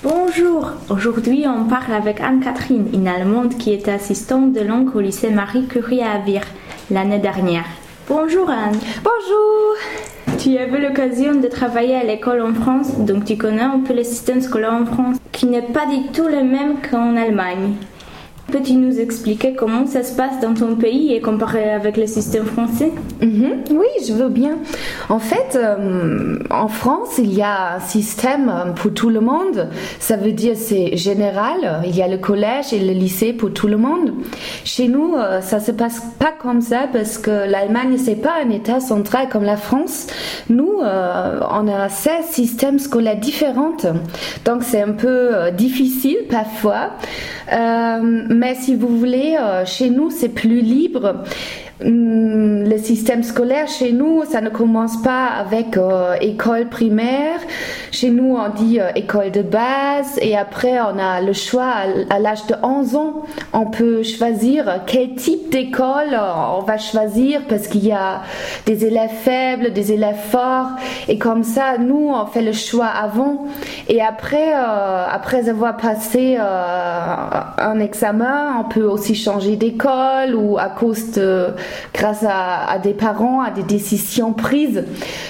Bonjour, aujourd'hui on parle avec Anne-Catherine, une Allemande qui était assistante de langue au lycée Marie Curie à Vire l'année dernière. Bonjour Anne. Bonjour. Tu avais l'occasion de travailler à l'école en France, donc tu connais un peu le système scolaire en France, qui n'est pas du tout le même qu'en Allemagne. Peux-tu nous expliquer comment ça se passe dans ton pays et comparer avec le système français? Oui, je veux bien. En fait, en France, il y a un système pour tout le monde. Ça veut dire c'est général. Il y a le collège et le lycée pour tout le monde. Chez nous, ça se passe pas comme ça parce que l'Allemagne, c'est pas un État central comme la France. Nous, on a 16 systèmes scolaires différents. Donc, c'est un peu difficile parfois. Mais si vous voulez, chez nous, c'est plus libre. Le système scolaire chez nous, ça ne commence pas avec école primaire. Chez nous, on dit école de base et après, on a le choix à l'âge de 11 ans. On peut choisir quel type d'école on va choisir parce qu'il y a des élèves faibles, des élèves forts et comme ça, nous, on fait le choix avant et après avoir passé un examen, on peut aussi changer d'école ou à cause de grâce à des parents, à des décisions prises.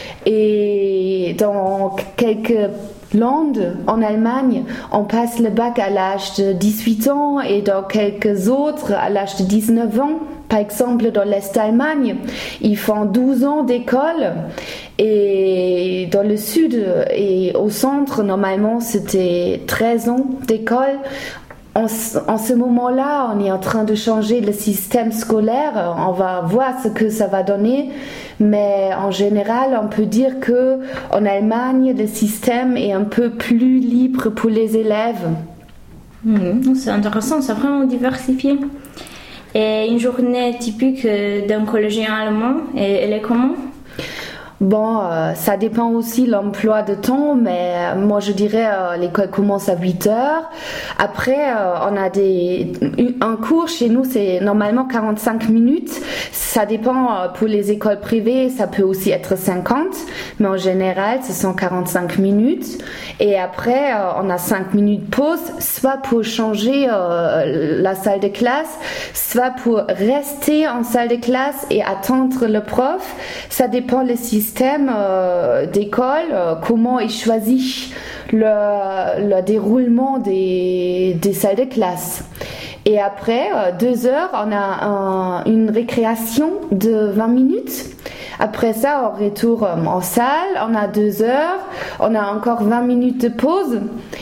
Et dans quelques landes en Allemagne, on passe le bac à l'âge de 18 ans et dans quelques autres à l'âge de 19 ans. Par exemple, dans l'Est d'Allemagne, ils font 12 ans d'école et dans le sud et au centre, normalement, c'était 13 ans d'école. En ce moment-là, on est en train de changer le système scolaire. On va voir ce que ça va donner. Mais en général, on peut dire que en Allemagne, le système est un peu plus libre pour les élèves. C'est intéressant, c'est vraiment diversifié. Et une journée typique d'un collégien allemand, elle est comment ? Bon, ça dépend aussi de l'emploi de temps, mais moi je dirais l'école commence à 8 heures. Après, on a un cours chez nous, c'est normalement 45 minutes. Ça dépend pour les écoles privées, ça peut aussi être 50, mais en général, ce sont 45 minutes. Et après, on a 5 minutes de pause, soit pour changer la salle de classe, soit pour rester en salle de classe et attendre le prof. Ça dépend le système d'école, comment il choisit le déroulement des salles de classe. Et après 2 heures, on a une récréation de 20 minutes. Après ça, on retourne en salle, on a 2 heures, on a encore 20 minutes de pause.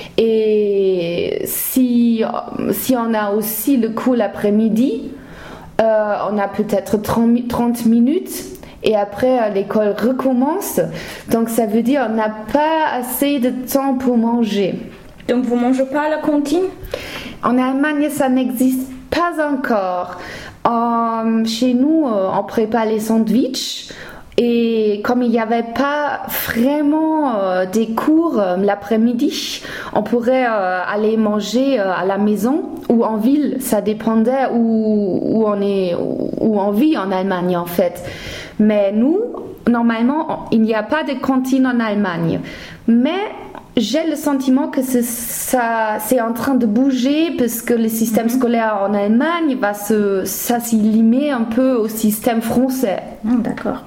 Et si on a aussi le cours l'après-midi, on a peut-être 30 minutes. Et après, l'école recommence. Donc, ça veut dire qu'on n'a pas assez de temps pour manger. Donc, vous ne mangez pas à la cantine ? En Allemagne, ça n'existe pas encore. Chez nous, on prépare les sandwichs. Et comme il n'y avait pas vraiment des cours l'après-midi, on pourrait aller manger à la maison ou en ville. Ça dépendait où on vit en Allemagne en fait. Mais nous, normalement, il n'y a pas de cantine en Allemagne. Mais j'ai le sentiment que c'est en train de bouger parce que le système scolaire en Allemagne va s'assimiler un peu au système français. D'accord.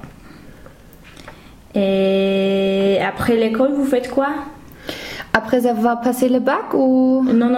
Et après l'école, vous faites quoi ? Après avoir passé le bac ou... Non.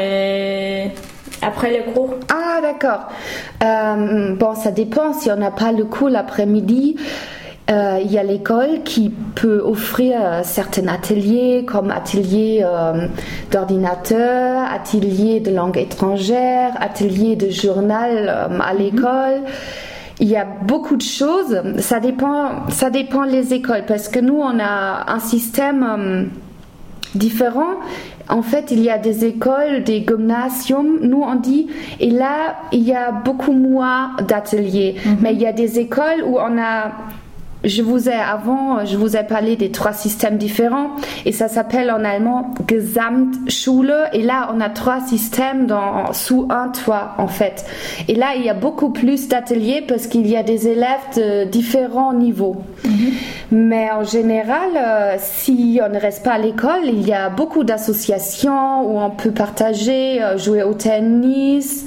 Après les cours. Ah, d'accord. Bon, ça dépend. Si on n'a pas le cours l'après-midi, il y a l'école qui peut offrir certains ateliers, comme atelier d'ordinateur, atelier de langue étrangère, atelier de journal à l'école. Il y a beaucoup de choses. Ça dépend les écoles parce que nous, on a un système différent. En fait, il y a des écoles, des gymnasiums, nous on dit, et là, il y a beaucoup moins d'ateliers. Mais il y a des écoles où on a... Je vous ai parlé des 3 systèmes différents et ça s'appelle en allemand Gesamtschule et là on a 3 systèmes sous un toit en fait. Et là il y a beaucoup plus d'ateliers parce qu'il y a des élèves de différents niveaux. Mais en général, si on ne reste pas à l'école, il y a beaucoup d'associations où on peut partager, jouer au tennis,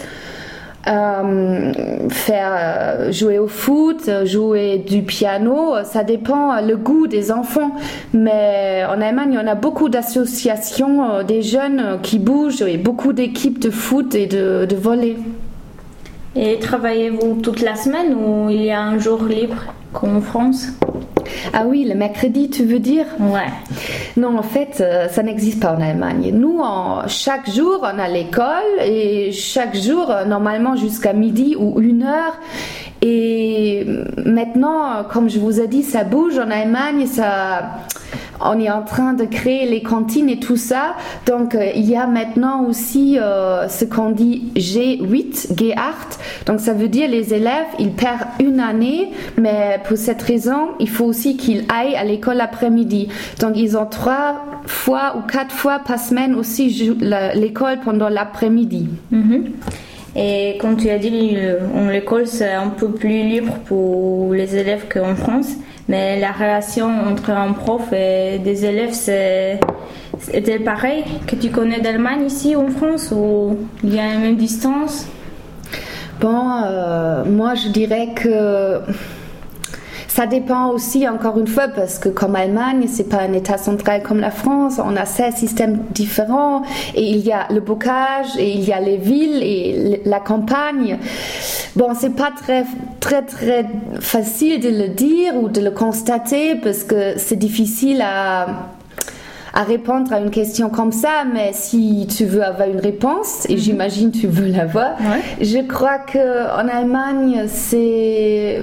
jouer au foot, jouer du piano. Ça dépend le goût des enfants. Mais en Allemagne, on a beaucoup d'associations, des jeunes qui bougent et beaucoup d'équipes de foot et de volley. Et travaillez-vous toute la semaine ou il y a un jour libre comme en France? Ah oui, le mercredi, tu veux dire? Ouais. Non, en fait, ça n'existe pas en Allemagne. Nous, chaque jour, on a l'école et chaque jour, normalement jusqu'à midi ou 1h. Et maintenant, comme je vous ai dit, ça bouge en Allemagne, on est en train de créer les cantines et tout ça. Donc, il y a maintenant aussi ce qu'on dit G8. Donc, ça veut dire les élèves, ils perdent une année, mais pour cette raison, il faut aussi qu'ils aillent à l'école l'après-midi. Donc, ils ont 3 fois ou 4 fois par semaine aussi l'école pendant l'après-midi. Mm-hmm. Et comme tu as dit, l'école c'est un peu plus libre pour les élèves qu'en France, mais la relation entre un prof et des élèves, est-elle pareil que tu connais d'Allemagne ici en France ou il y a la même distance? Bon, moi je dirais que ça dépend aussi, encore une fois, parce que comme Allemagne, c'est pas un État central comme la France, on a 16 systèmes différents et il y a le bocage et il y a les villes et la campagne. Bon, c'est pas très facile de le dire ou de le constater parce que c'est difficile à répondre à une question comme ça, mais si tu veux avoir une réponse, et j'imagine tu veux l'avoir, ouais. Je crois qu'en Allemagne, c'est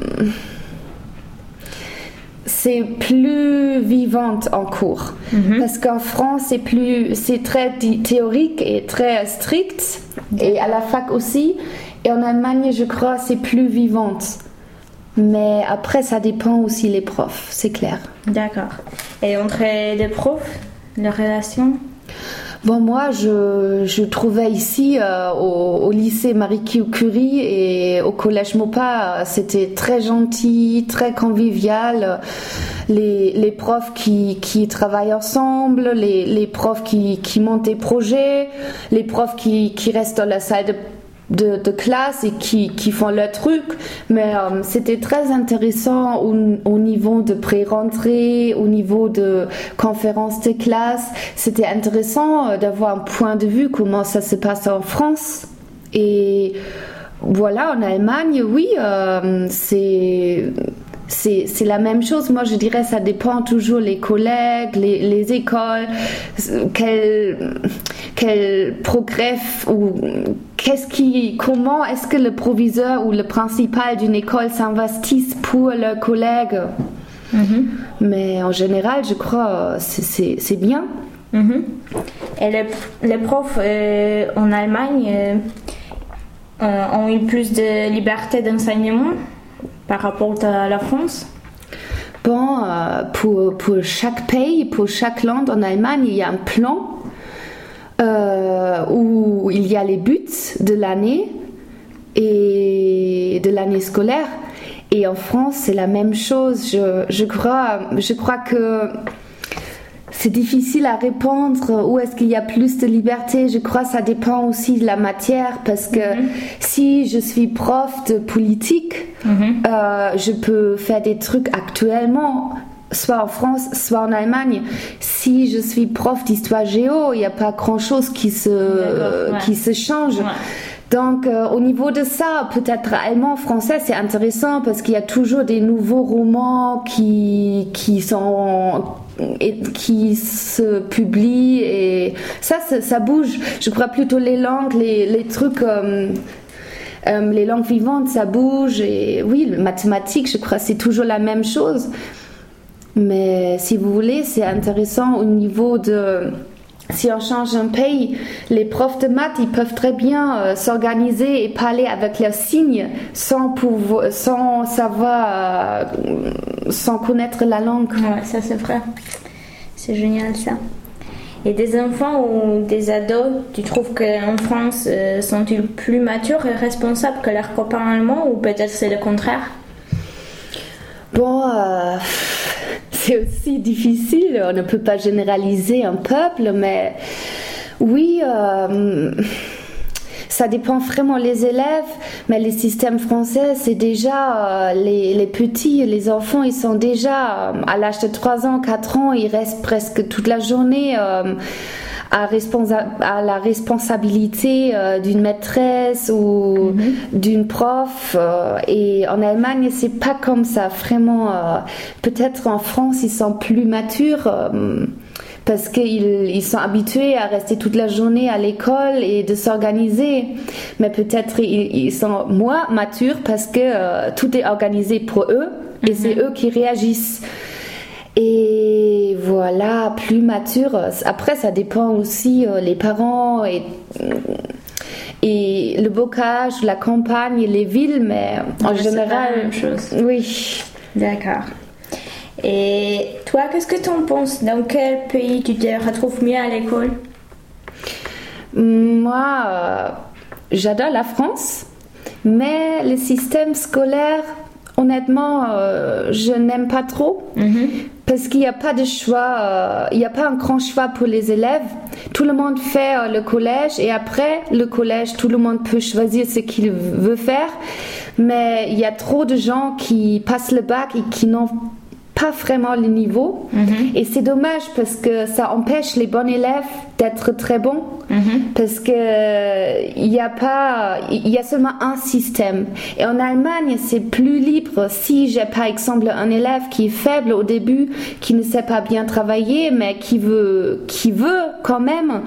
plus vivante en cours. Parce qu'en France, c'est très théorique et très strict, et à la fac aussi. Et en Allemagne, je crois, c'est plus vivante. Mais après, ça dépend aussi les profs, c'est clair. D'accord. Et entre les profs, la relation? Bon, moi, je trouvais ici, au lycée Marie-Curie et au collège Maupas, c'était très gentil, très convivial. Les profs qui travaillent ensemble, les profs qui montent des projets, les profs qui restent dans la salle de classe et qui font leur truc, mais c'était très intéressant au niveau de pré-rentrée, au niveau de conférences de classe. C'était intéressant d'avoir un point de vue comment ça se passe en France. Et voilà, en Allemagne, oui, c'est la même chose. Moi, je dirais ça dépend toujours les collègues, les écoles, quel progrès ou comment est-ce que le proviseur ou le principal d'une école s'investissent pour leurs collègues. Mais en général, je crois c'est bien. Et les profs en Allemagne ont eu plus de liberté d'enseignement par rapport à la France? Bon, pour chaque pays, pour chaque land en Allemagne, il y a un plan où il y a les buts de l'année et de l'année scolaire. Et en France, c'est la même chose. Je crois que c'est difficile à répondre où est-ce qu'il y a plus de liberté. Je crois que ça dépend aussi de la matière parce que si je suis prof de politique, je peux faire des trucs actuellement, soit en France, soit en Allemagne. Si je suis prof d'histoire géo, il n'y a pas grand-chose qui se change. Ouais. Donc, au niveau de ça, peut-être allemand, français, c'est intéressant parce qu'il y a toujours des nouveaux romans qui se publient et ça bouge. Je crois plutôt les langues, les trucs, les langues vivantes, ça bouge. Et oui, les mathématiques, je crois, c'est toujours la même chose. Mais si vous voulez, c'est intéressant au niveau de... Si on change un pays, les profs de maths, ils peuvent très bien s'organiser et parler avec leurs signes sans savoir, sans connaître la langue. Ouais, ça c'est vrai. C'est génial ça. Et des enfants ou des ados, tu trouves qu'en France, sont-ils plus matures et responsables que leurs copains allemands ou peut-être c'est le contraire? Bon, c'est aussi difficile. On ne peut pas généraliser un peuple, mais oui, ça dépend vraiment des élèves. Mais le système français, c'est déjà les petits, les enfants, ils sont déjà à l'âge de 3 ans, 4 ans, ils restent presque toute la journée à la responsabilité d'une maîtresse ou d'une prof. Et en Allemagne, c'est pas comme ça. Vraiment, peut-être en France, ils sont plus matures. Parce qu'ils sont habitués à rester toute la journée à l'école et de s'organiser. Mais peut-être ils sont moins matures parce que tout est organisé pour eux et c'est eux qui réagissent. Et voilà, plus mature. Après, ça dépend aussi les parents et le bocage, la campagne, les villes, mais en général, c'est pas la même chose. Oui. D'accord. Et toi, qu'est-ce que tu en penses? Dans quel pays tu te retrouves mieux à l'école? Moi, j'adore la France, mais le système scolaire, honnêtement, je n'aime pas trop. Parce qu'il n'y a pas de choix, il n'y a pas un grand choix pour les élèves. Tout le monde fait le collège et après le collège, tout le monde peut choisir ce qu'il veut faire. Mais il y a trop de gens qui passent le bac et qui n'ont pas vraiment le niveau. Et c'est dommage parce que ça empêche les bons élèves d'être très bons. Parce que il y a seulement un système. Et en Allemagne, c'est plus libre. Si j'ai par exemple un élève qui est faible au début, qui ne sait pas bien travailler, mais qui veut quand même.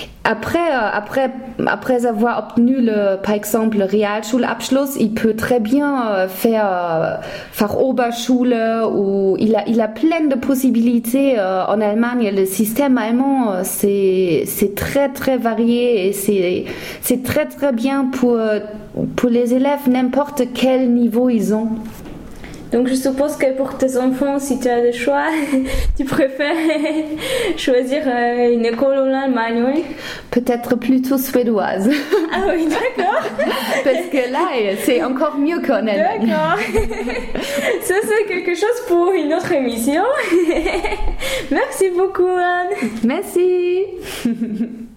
Après avoir obtenu par exemple le Realschulabschluss, il peut très bien faire Fachoberschule ou il a plein de possibilités en Allemagne. Le système allemand, c'est très très varié et c'est très très bien pour les élèves, n'importe quel niveau ils ont. Donc je suppose que pour tes enfants, si tu as le choix, tu préfères choisir une école en Allemagne, oui? Peut-être plutôt suédoise. Ah oui, d'accord. Parce que là, c'est encore mieux qu'en Allemagne. D'accord. Ça, c'est quelque chose pour une autre émission. Merci beaucoup, Anne. Merci.